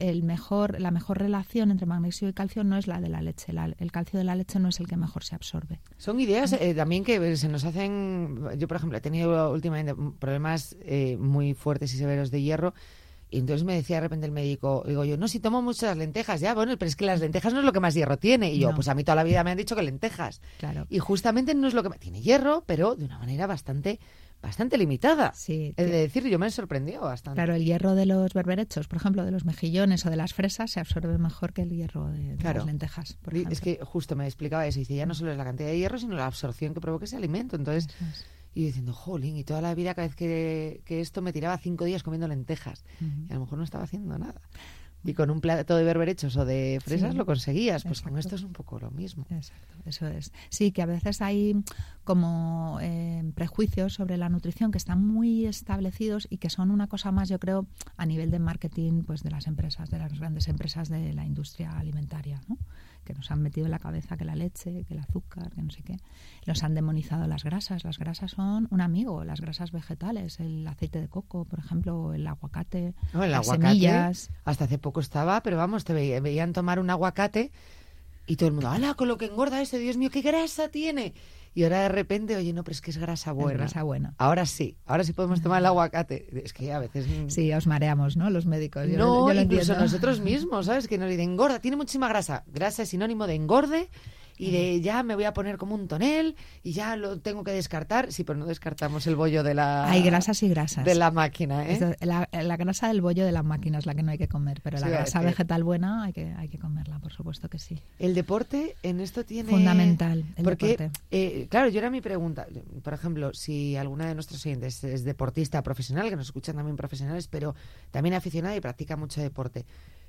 la mejor relación entre magnesio y calcio no es la de la leche. El calcio de la leche no es el que mejor se absorbe. Son ideas también que se nos hacen... Yo, por ejemplo, he tenido últimamente problemas muy fuertes y severos de hierro. Y entonces me decía de repente el médico, digo yo, no, si tomo muchas lentejas, ya, bueno, pero es que las lentejas no es lo que más hierro tiene. Y yo, pues a mí toda la vida me han dicho que lentejas. Claro. Y justamente no es lo que tiene hierro, pero de una manera bastante limitada. Sí, es decir, yo me sorprendió bastante. Claro, el hierro de los berberechos, por ejemplo, de los mejillones o de las fresas, se absorbe mejor que el hierro de las lentejas, por ejemplo. Es que justo me explicaba eso, dice, ya no solo es la cantidad de hierro, sino la absorción que provoca ese alimento. Entonces... Y diciendo, jolín, y toda la vida cada vez que esto me tiraba 5 días comiendo lentejas. Y a lo mejor no estaba haciendo nada. Y con un plato de berberechos o de fresas lo conseguías. Pues con esto es un poco lo mismo. Exacto, eso es. Sí, que a veces hay como prejuicios sobre la nutrición que están muy establecidos y que son una cosa más, yo creo, a nivel de marketing, pues de las empresas, de las grandes empresas de la industria alimentaria, ¿no? Que nos han metido en la cabeza que la leche, que el azúcar, que no sé qué. Nos han demonizado las grasas. Las grasas son un amigo, las grasas vegetales, el aceite de coco, por ejemplo, el aguacate, las semillas. Hasta hace poco estaba, pero vamos, te veían tomar un aguacate y todo el mundo, ¡hala, con lo que engorda este! ¡Dios mío, qué grasa tiene! Y ahora de repente, oye, no, pero es que es grasa buena. Es grasa buena. Ahora sí podemos tomar el aguacate. Es que a veces... Sí, os mareamos, ¿no? Los médicos. Yo lo incluso nosotros mismos, ¿sabes? Que nos dicen, engorda, tiene muchísima grasa. Grasa es sinónimo de engorde y de ya me voy a poner como un tonel y ya lo tengo que descartar. Sí, pero no descartamos el bollo de la... Hay grasas y grasas. De la máquina, ¿eh? La grasa del bollo de la máquina es la que no hay que comer, pero la grasa vegetal buena hay que comerla, por supuesto que sí. El deporte en esto tiene... Fundamental, el deporte. Porque, claro, yo era mi pregunta. Por ejemplo, si alguna de nuestros oyentes es deportista profesional, que nos escuchan también profesionales, pero también aficionada y practica mucho deporte,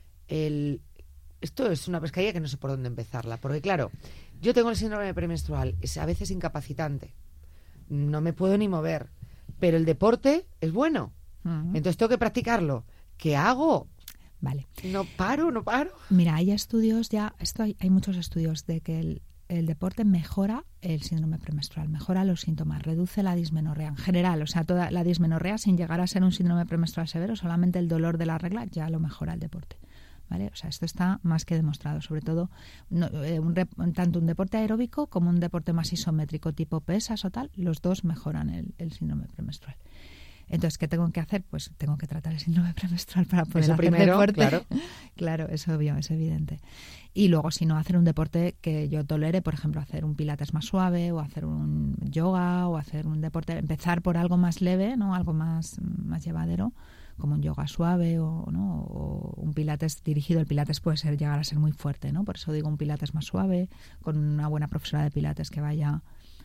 esto es una pescadilla que no sé por dónde empezarla, porque claro, yo tengo el síndrome premenstrual, es a veces incapacitante, no me puedo ni mover, pero el deporte es bueno, entonces tengo que practicarlo. ¿Qué hago? Vale. No paro. Mira, hay estudios hay muchos estudios de que el deporte mejora el síndrome premenstrual, mejora los síntomas, reduce la dismenorrea en general, o sea, toda la dismenorrea sin llegar a ser un síndrome premenstrual severo, solamente el dolor de la regla ya lo mejora el deporte. ¿Vale? O sea, esto está más que demostrado, sobre todo tanto un deporte aeróbico como un deporte más isométrico tipo pesas o tal, los dos mejoran el síndrome premenstrual. Entonces, ¿qué tengo que hacer? Pues tengo que tratar el síndrome premenstrual para poder hacer primero, deporte. Claro. Claro, es obvio, es evidente. Y luego, si no, hacer un deporte que yo tolere, por ejemplo, hacer un pilates más suave o hacer un yoga o hacer un deporte, empezar por algo más leve, ¿no? Algo más llevadero, como un yoga suave o un pilates dirigido. El pilates puede llegar a ser muy fuerte, ¿no? Por eso digo un pilates más suave, con una buena profesora de pilates que vaya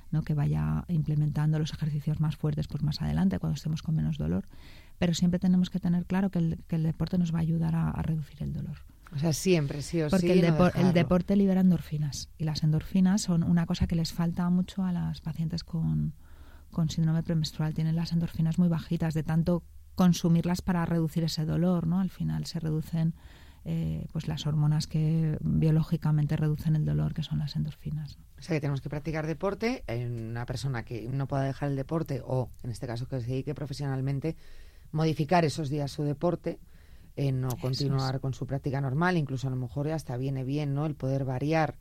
implementando los ejercicios más fuertes pues más adelante, cuando estemos con menos dolor. Pero siempre tenemos que tener claro que el deporte nos va a ayudar a reducir el dolor. O sea, siempre, sí o sí. Porque el deporte libera endorfinas. Y las endorfinas son una cosa que les falta mucho a las pacientes con síndrome premenstrual. Tienen las endorfinas muy bajitas de tanto consumirlas para reducir ese dolor, ¿no? Al final se reducen pues las hormonas que biológicamente reducen el dolor, que son las endorfinas, ¿no? O sea, que tenemos que practicar deporte. En una persona que no pueda dejar el deporte, o en este caso que se dedique profesionalmente, modificar esos días su deporte, no continuar con su práctica normal, incluso a lo mejor hasta viene bien, ¿no? El poder variar,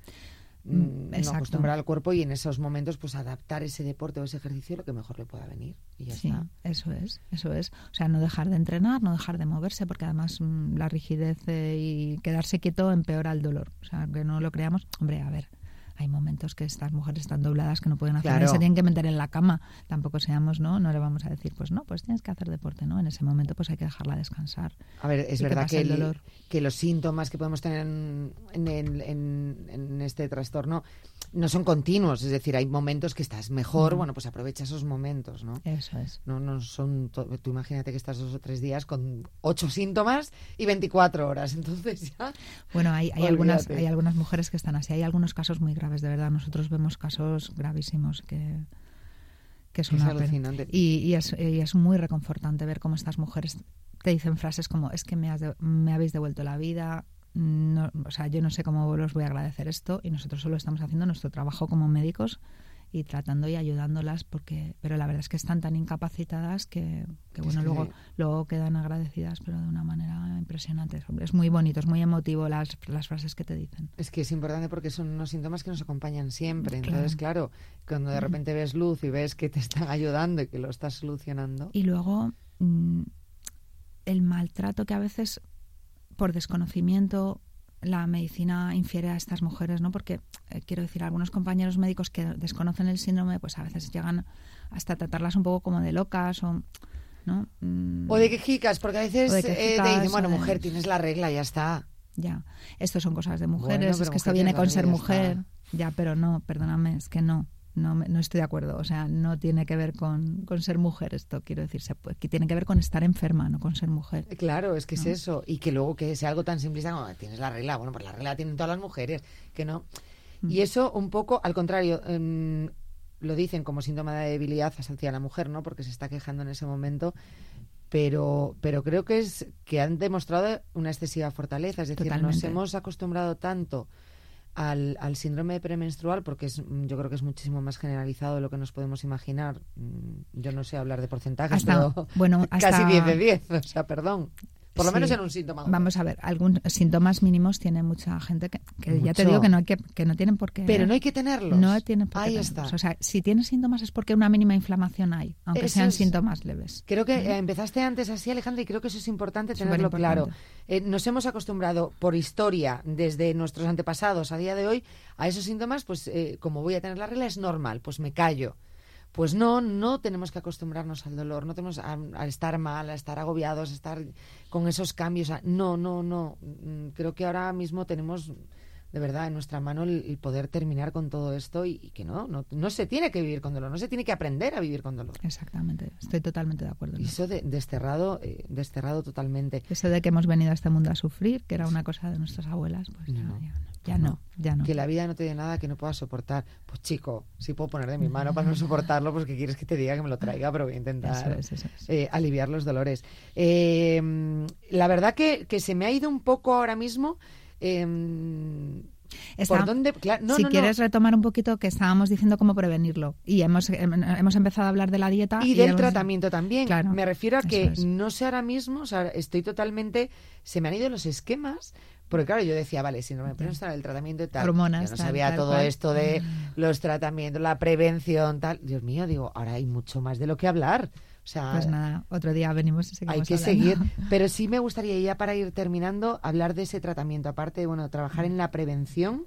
no acostumbrar al cuerpo y en esos momentos pues adaptar ese deporte o ese ejercicio lo que mejor le pueda venir y ya está. Eso es. O sea, no dejar de entrenar, no dejar de moverse, porque además la rigidez y quedarse quieto empeora el dolor. O sea, que no lo creamos. Hombre, a ver, hay momentos que estas mujeres están dobladas que no pueden hacer nada, se tienen que meter en la cama. Tampoco seamos, no le vamos a decir, pues no, pues tienes que hacer deporte, ¿no? En ese momento pues hay que dejarla descansar. A ver, es verdad que los síntomas que podemos tener en este trastorno no son continuos, es decir, hay momentos que estás mejor, bueno, pues aprovecha esos momentos, ¿no? Eso es. No son, tú imagínate que estás 2 o 3 días con 8 síntomas y 24 horas, entonces ya... Bueno, hay algunas mujeres que están así, hay algunos casos muy graves, de verdad, nosotros vemos casos gravísimos que son alucinante. Y es muy reconfortante ver cómo estas mujeres te dicen frases como, es que me habéis devuelto la vida... No, o sea, yo no sé cómo los voy a agradecer esto, y nosotros solo estamos haciendo nuestro trabajo como médicos y tratando y ayudándolas, pero la verdad es que están tan incapacitadas que bueno, luego quedan agradecidas, pero de una manera impresionante. Es muy bonito, es muy emotivo las frases que te dicen. Es que es importante porque son unos síntomas que nos acompañan siempre. Entonces, claro, cuando de repente ves luz y ves que te están ayudando y que lo estás solucionando. Y luego el maltrato que a veces, por desconocimiento, la medicina infiere a estas mujeres, ¿no? Porque, quiero decir, algunos compañeros médicos que desconocen el síndrome, pues a veces llegan hasta tratarlas un poco como de locas o... ¿no? O de quejicas, porque a veces te dicen, bueno, mujer, tienes la regla, ya está. Ya, esto son cosas de mujeres, es que esto viene con ser mujer. Ya, pero no, perdóname, es que no estoy de acuerdo. O sea, no tiene que ver con ser mujer esto, quiero decir, que tiene que ver con estar enferma, no con ser mujer. Claro, es que es eso. Y que luego que sea algo tan simplista como tienes la regla. Bueno, pues la regla tienen todas las mujeres, que no. Y eso un poco, al contrario, lo dicen como síntoma de debilidad hacia la mujer, ¿no? Porque se está quejando en ese momento. Pero creo que han demostrado una excesiva fortaleza. Es decir, Totalmente. Nos hemos acostumbrado tanto al síndrome premenstrual, porque yo creo que es muchísimo más generalizado de lo que nos podemos imaginar. Yo no sé hablar de porcentajes, pero casi 10 de 10, o sea, perdón. Por lo menos en un síntoma. Vamos a ver, algunos síntomas mínimos tiene mucha gente que ya te digo que no tienen por qué. Pero no hay que tenerlos. No tienen por qué Ahí tenerlos. está. O sea, si tienes síntomas es porque una mínima inflamación hay, aunque sean síntomas leves. Creo que empezaste antes así, Alejandra, y creo que eso es importante tenerlo claro. Nos hemos acostumbrado por historia, desde nuestros antepasados a día de hoy, a esos síntomas, pues como voy a tener la regla es normal, pues me callo. Pues no tenemos que acostumbrarnos al dolor, no tenemos a estar mal, a estar agobiados, a estar con esos cambios. No. Creo que ahora mismo tenemos de verdad en nuestra mano el poder terminar con todo esto y que no se tiene que vivir con dolor, no se tiene que aprender a vivir con dolor. Exactamente, estoy totalmente de acuerdo. Y eso desterrado totalmente. Eso de que hemos venido a este mundo a sufrir, que era una cosa de nuestras abuelas, pues ya no. Que la vida no te dé nada que no puedas soportar. Pues chico, si puedo poner de mi mano para no soportarlo, pues que quieres que te diga que me lo traiga, pero voy a intentar eso es. Aliviar los dolores. La verdad que se me ha ido un poco ahora mismo... ¿Por dónde? Quieres retomar un poquito que estábamos diciendo cómo prevenirlo y hemos empezado a hablar de la dieta y del tratamiento también. Claro, me refiero a que no sé ahora mismo, o sea, estoy totalmente, se me han ido los esquemas. Porque claro, yo decía, vale, síndrome premenstrual, el tratamiento y tal. Hormonas, yo no sabía todo esto de los tratamientos, la prevención, tal. Dios mío, digo, ahora hay mucho más de lo que hablar. O sea, pues nada, otro día venimos y seguimos hay que hablando. seguir. Pero sí me gustaría, ya para ir terminando, hablar de ese tratamiento. Aparte, trabajar en la prevención.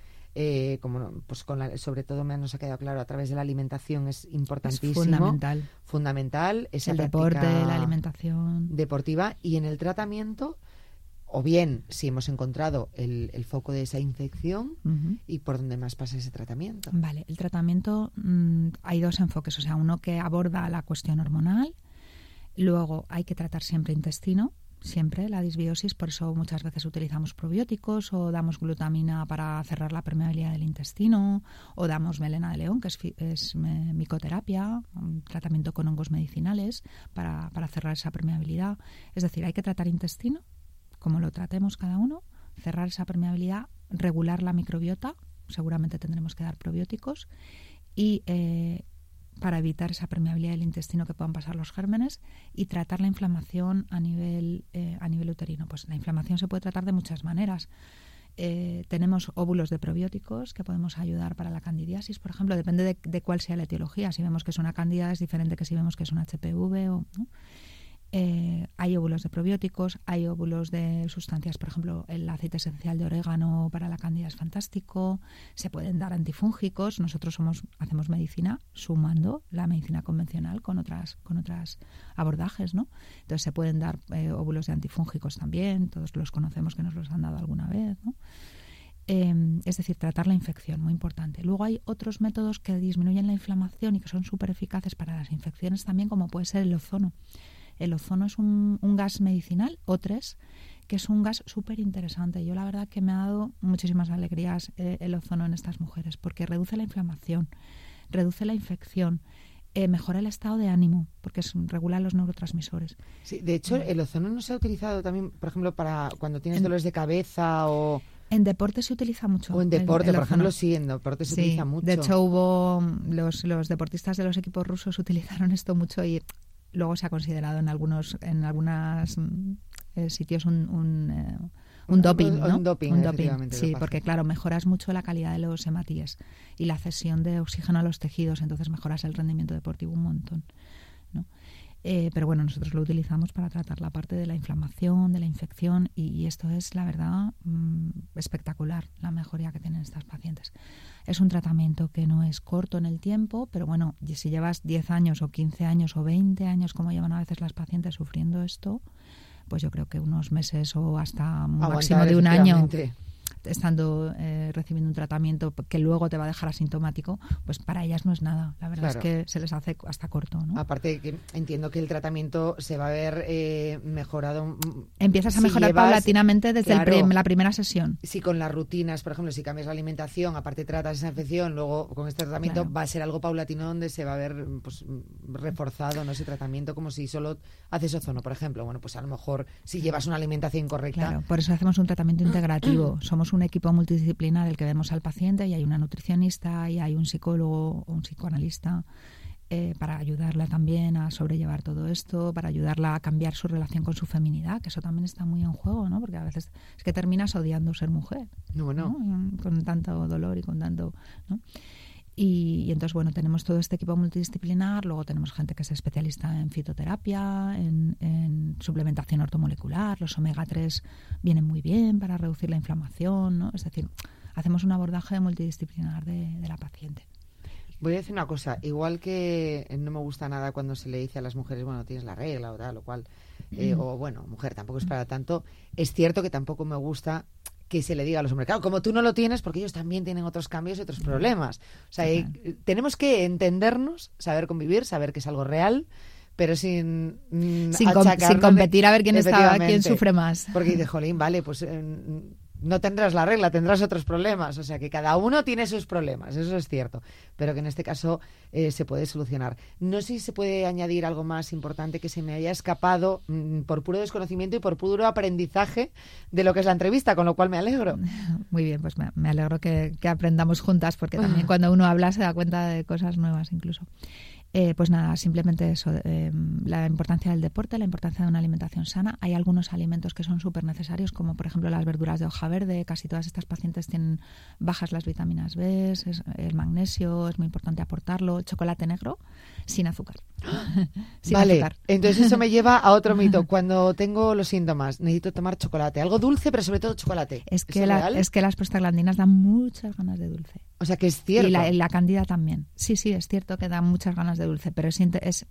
Sobre todo nos ha quedado claro, a través de la alimentación es importantísimo. Es fundamental. Esa el deporte, la alimentación deportiva. Y en el tratamiento, o bien si hemos encontrado el foco de esa infección y por dónde más pasa ese tratamiento. Vale, el tratamiento hay dos enfoques, o sea, uno que aborda la cuestión hormonal, luego hay que tratar siempre intestino, siempre la disbiosis, por eso muchas veces utilizamos probióticos o damos glutamina para cerrar la permeabilidad del intestino o damos melena de león, que es micoterapia, un tratamiento con hongos medicinales para cerrar esa permeabilidad. Es decir, hay que tratar intestino, como lo tratemos cada uno, cerrar esa permeabilidad, regular la microbiota, seguramente tendremos que dar probióticos y para evitar esa permeabilidad del intestino que puedan pasar los gérmenes y tratar la inflamación a nivel uterino. Pues la inflamación se puede tratar de muchas maneras. Tenemos óvulos de probióticos que podemos ayudar para la candidiasis, por ejemplo, depende de cuál sea la etiología. Si vemos que es una cándida es diferente que si vemos que es un HPV o... ¿no? Hay óvulos de probióticos, hay óvulos de sustancias, por ejemplo, el aceite esencial de orégano para la cándida es fantástico, se pueden dar antifúngicos, nosotros hacemos medicina sumando la medicina convencional con otras abordajes, ¿no? Entonces se pueden dar óvulos de antifúngicos también, todos los conocemos que nos los han dado alguna vez, ¿no? Es decir, tratar la infección, muy importante. Luego hay otros métodos que disminuyen la inflamación y que son súper eficaces para las infecciones también, como puede ser el ozono. El ozono es un gas medicinal, O3, que es un gas súper interesante. Yo la verdad que me ha dado muchísimas alegrías el ozono en estas mujeres, porque reduce la inflamación, reduce la infección, mejora el estado de ánimo, porque regula los neurotransmisores. Sí, de hecho, el ozono no se ha utilizado también, por ejemplo, para cuando tienes dolores de cabeza o... En deporte se utiliza mucho. O en deporte, por ejemplo, sí, en deporte se utiliza mucho. De hecho, los deportistas de los equipos rusos utilizaron esto mucho y luego se ha considerado en algunos sitios un doping, ¿no? Un doping, sí, porque claro, mejoras mucho la calidad de los hematíes y la cesión de oxígeno a los tejidos, entonces mejoras el rendimiento deportivo un montón, ¿no? Pero bueno, nosotros lo utilizamos para tratar la parte de la inflamación, de la infección y esto es, la verdad, espectacular, la mejoría que tienen estas pacientes. Es un tratamiento que no es corto en el tiempo, pero bueno, si llevas 10 años o 15 años o 20 años, como llevan a veces las pacientes sufriendo esto, pues yo creo que unos meses o hasta un máximo de un año estando recibiendo un tratamiento que luego te va a dejar asintomático, pues para ellas no es nada. La verdad es que se les hace hasta corto, ¿no? Aparte que entiendo que el tratamiento se va a ver mejorado. Empiezas a mejorar paulatinamente desde la primera sesión. Si con las rutinas, por ejemplo, si cambias la alimentación, aparte tratas esa infección, luego con este tratamiento va a ser algo paulatino donde se va a ver pues reforzado, ¿no? Ese tratamiento, como si solo haces ozono, por ejemplo. Bueno, pues a lo mejor si llevas una alimentación correcta. Claro, por eso hacemos un tratamiento integrativo. Somos un equipo multidisciplinar del que vemos al paciente y hay una nutricionista y hay un psicólogo o un psicoanalista para ayudarla también a sobrellevar todo esto, para ayudarla a cambiar su relación con su feminidad, que eso también está muy en juego, ¿no? Porque a veces es que terminas odiando ser mujer, ¿no? Con tanto dolor y con tanto, ¿no? Y entonces, bueno, tenemos todo este equipo multidisciplinar, luego tenemos gente que es especialista en fitoterapia, en suplementación ortomolecular, los omega 3 vienen muy bien para reducir la inflamación, ¿no? Es decir, hacemos un abordaje multidisciplinar de la paciente. Voy a decir una cosa, igual que no me gusta nada cuando se le dice a las mujeres, bueno, tienes la regla o tal o cual, o bueno, mujer, tampoco es para tanto, es cierto que tampoco me gusta que se le diga a los hombres, claro, como tú no lo tienes, porque ellos también tienen otros cambios y otros problemas. O sea, tenemos que entendernos, saber convivir, saber que es algo real, pero sin competir a ver quién sufre más. Porque dice, jolín, vale, pues no tendrás la regla, tendrás otros problemas. O sea, que cada uno tiene sus problemas, eso es cierto. Pero que en este caso se puede solucionar. No sé si se puede añadir algo más importante que se me haya escapado por puro desconocimiento y por puro aprendizaje de lo que es la entrevista, con lo cual me alegro. Muy bien, pues me alegro que aprendamos juntas, porque también cuando uno habla se da cuenta de cosas nuevas incluso. Pues nada, simplemente eso, la importancia del deporte, la importancia de una alimentación sana. Hay algunos alimentos que son súper necesarios, como por ejemplo las verduras de hoja verde. Casi todas estas pacientes tienen bajas las vitaminas B, el magnesio, es muy importante aportarlo. El chocolate negro, sin azúcar. Sin azúcar. Entonces eso me lleva a otro mito. Cuando tengo los síntomas, necesito tomar chocolate. Algo dulce, pero sobre todo chocolate. Es que las prostaglandinas dan muchas ganas de dulce. O sea que es cierto. Y la cándida también. Sí, es cierto que dan muchas ganas de dulce, pero es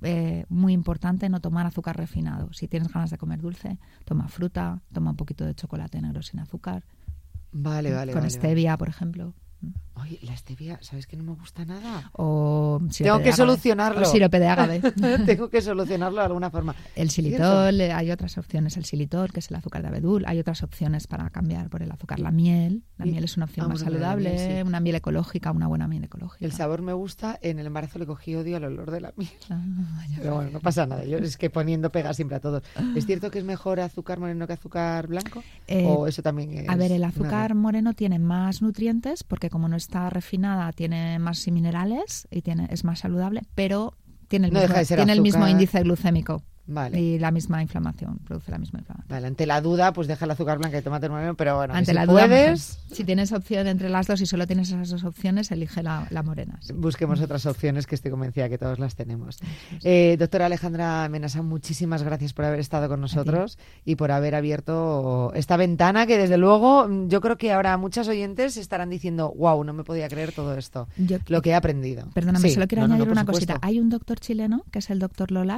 muy importante no tomar azúcar refinado. Si tienes ganas de comer dulce, toma fruta, toma un poquito de chocolate negro sin azúcar. Vale. Con stevia, por ejemplo. Oye, la stevia, ¿sabes que no me gusta nada? Tengo que solucionarlo. O sirope de agave. Tengo que solucionarlo de alguna forma. El xilitol, hay otras opciones. El xilitol, que es el azúcar de abedul. Hay otras opciones para cambiar por el azúcar. La miel es una opción más saludable. Miel, sí. Una miel ecológica, una buena miel ecológica. El sabor me gusta. En el embarazo le cogí odio al olor de la miel. Pero bueno, no pasa nada. Yo es que poniendo pegas siempre a todos. ¿Es cierto que es mejor azúcar moreno que azúcar blanco? ¿O eso también es...? A ver, el azúcar moreno tiene más nutrientes porque como no está refinada tiene más minerales y es más saludable, pero tiene el mismo índice glucémico. Vale. Y la misma inflamación, produce la misma inflamación. Vale, ante la duda, pues deja el azúcar blanca y tómate el moreno, pero bueno, ante la duda, puedes... Si tienes opción entre las dos y solo tienes esas dos opciones, elige la morena. Sí. Busquemos otras opciones que estoy convencida que todos las tenemos. Doctora Alejandra Menasa, muchísimas gracias por haber estado con nosotros y por haber abierto esta ventana que desde luego yo creo que ahora muchas oyentes estarán diciendo, wow, no me podía creer todo esto, lo que he aprendido. Perdóname, solo quiero añadir una cosita. Hay un doctor chileno, que es el doctor Lolas,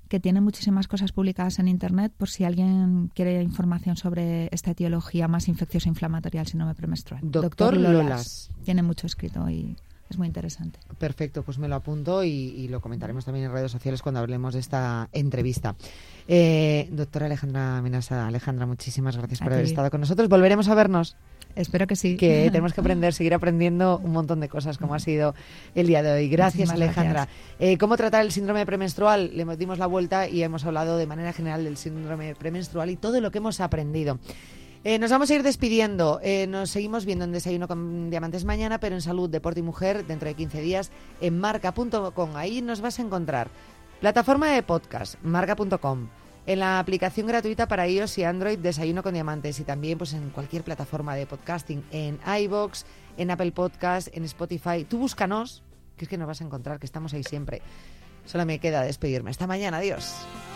que tiene muchísimas cosas publicadas en Internet por si alguien quiere información sobre esta etiología más infecciosa inflamatoria del síndrome premenstrual. Doctor Lolas. Tiene mucho escrito y es muy interesante. Perfecto, pues me lo apunto y lo comentaremos también en redes sociales cuando hablemos de esta entrevista. Doctora Alejandra Menasa, Alejandra, muchísimas gracias por haber estado con nosotros. ¿Volveremos a vernos? Espero que sí. Que tenemos que seguir aprendiendo un montón de cosas, como ha sido el día de hoy. Gracias, Alejandra. ¿Cómo tratar el síndrome premenstrual? Le dimos la vuelta y hemos hablado de manera general del síndrome premenstrual y todo lo que hemos aprendido. Nos vamos a ir despidiendo. Nos seguimos viendo en Desayuno con Diamantes mañana, pero en Salud, Deporte y Mujer dentro de 15 días en marca.com. Ahí nos vas a encontrar. Plataforma de podcast, marca.com. En la aplicación gratuita para iOS y Android, Desayuno con Diamantes, y también pues en cualquier plataforma de podcasting, en iVoox, en Apple Podcast, en Spotify. Tú búscanos, que es que nos vas a encontrar, que estamos ahí siempre. Solo me queda despedirme. Hasta mañana, adiós.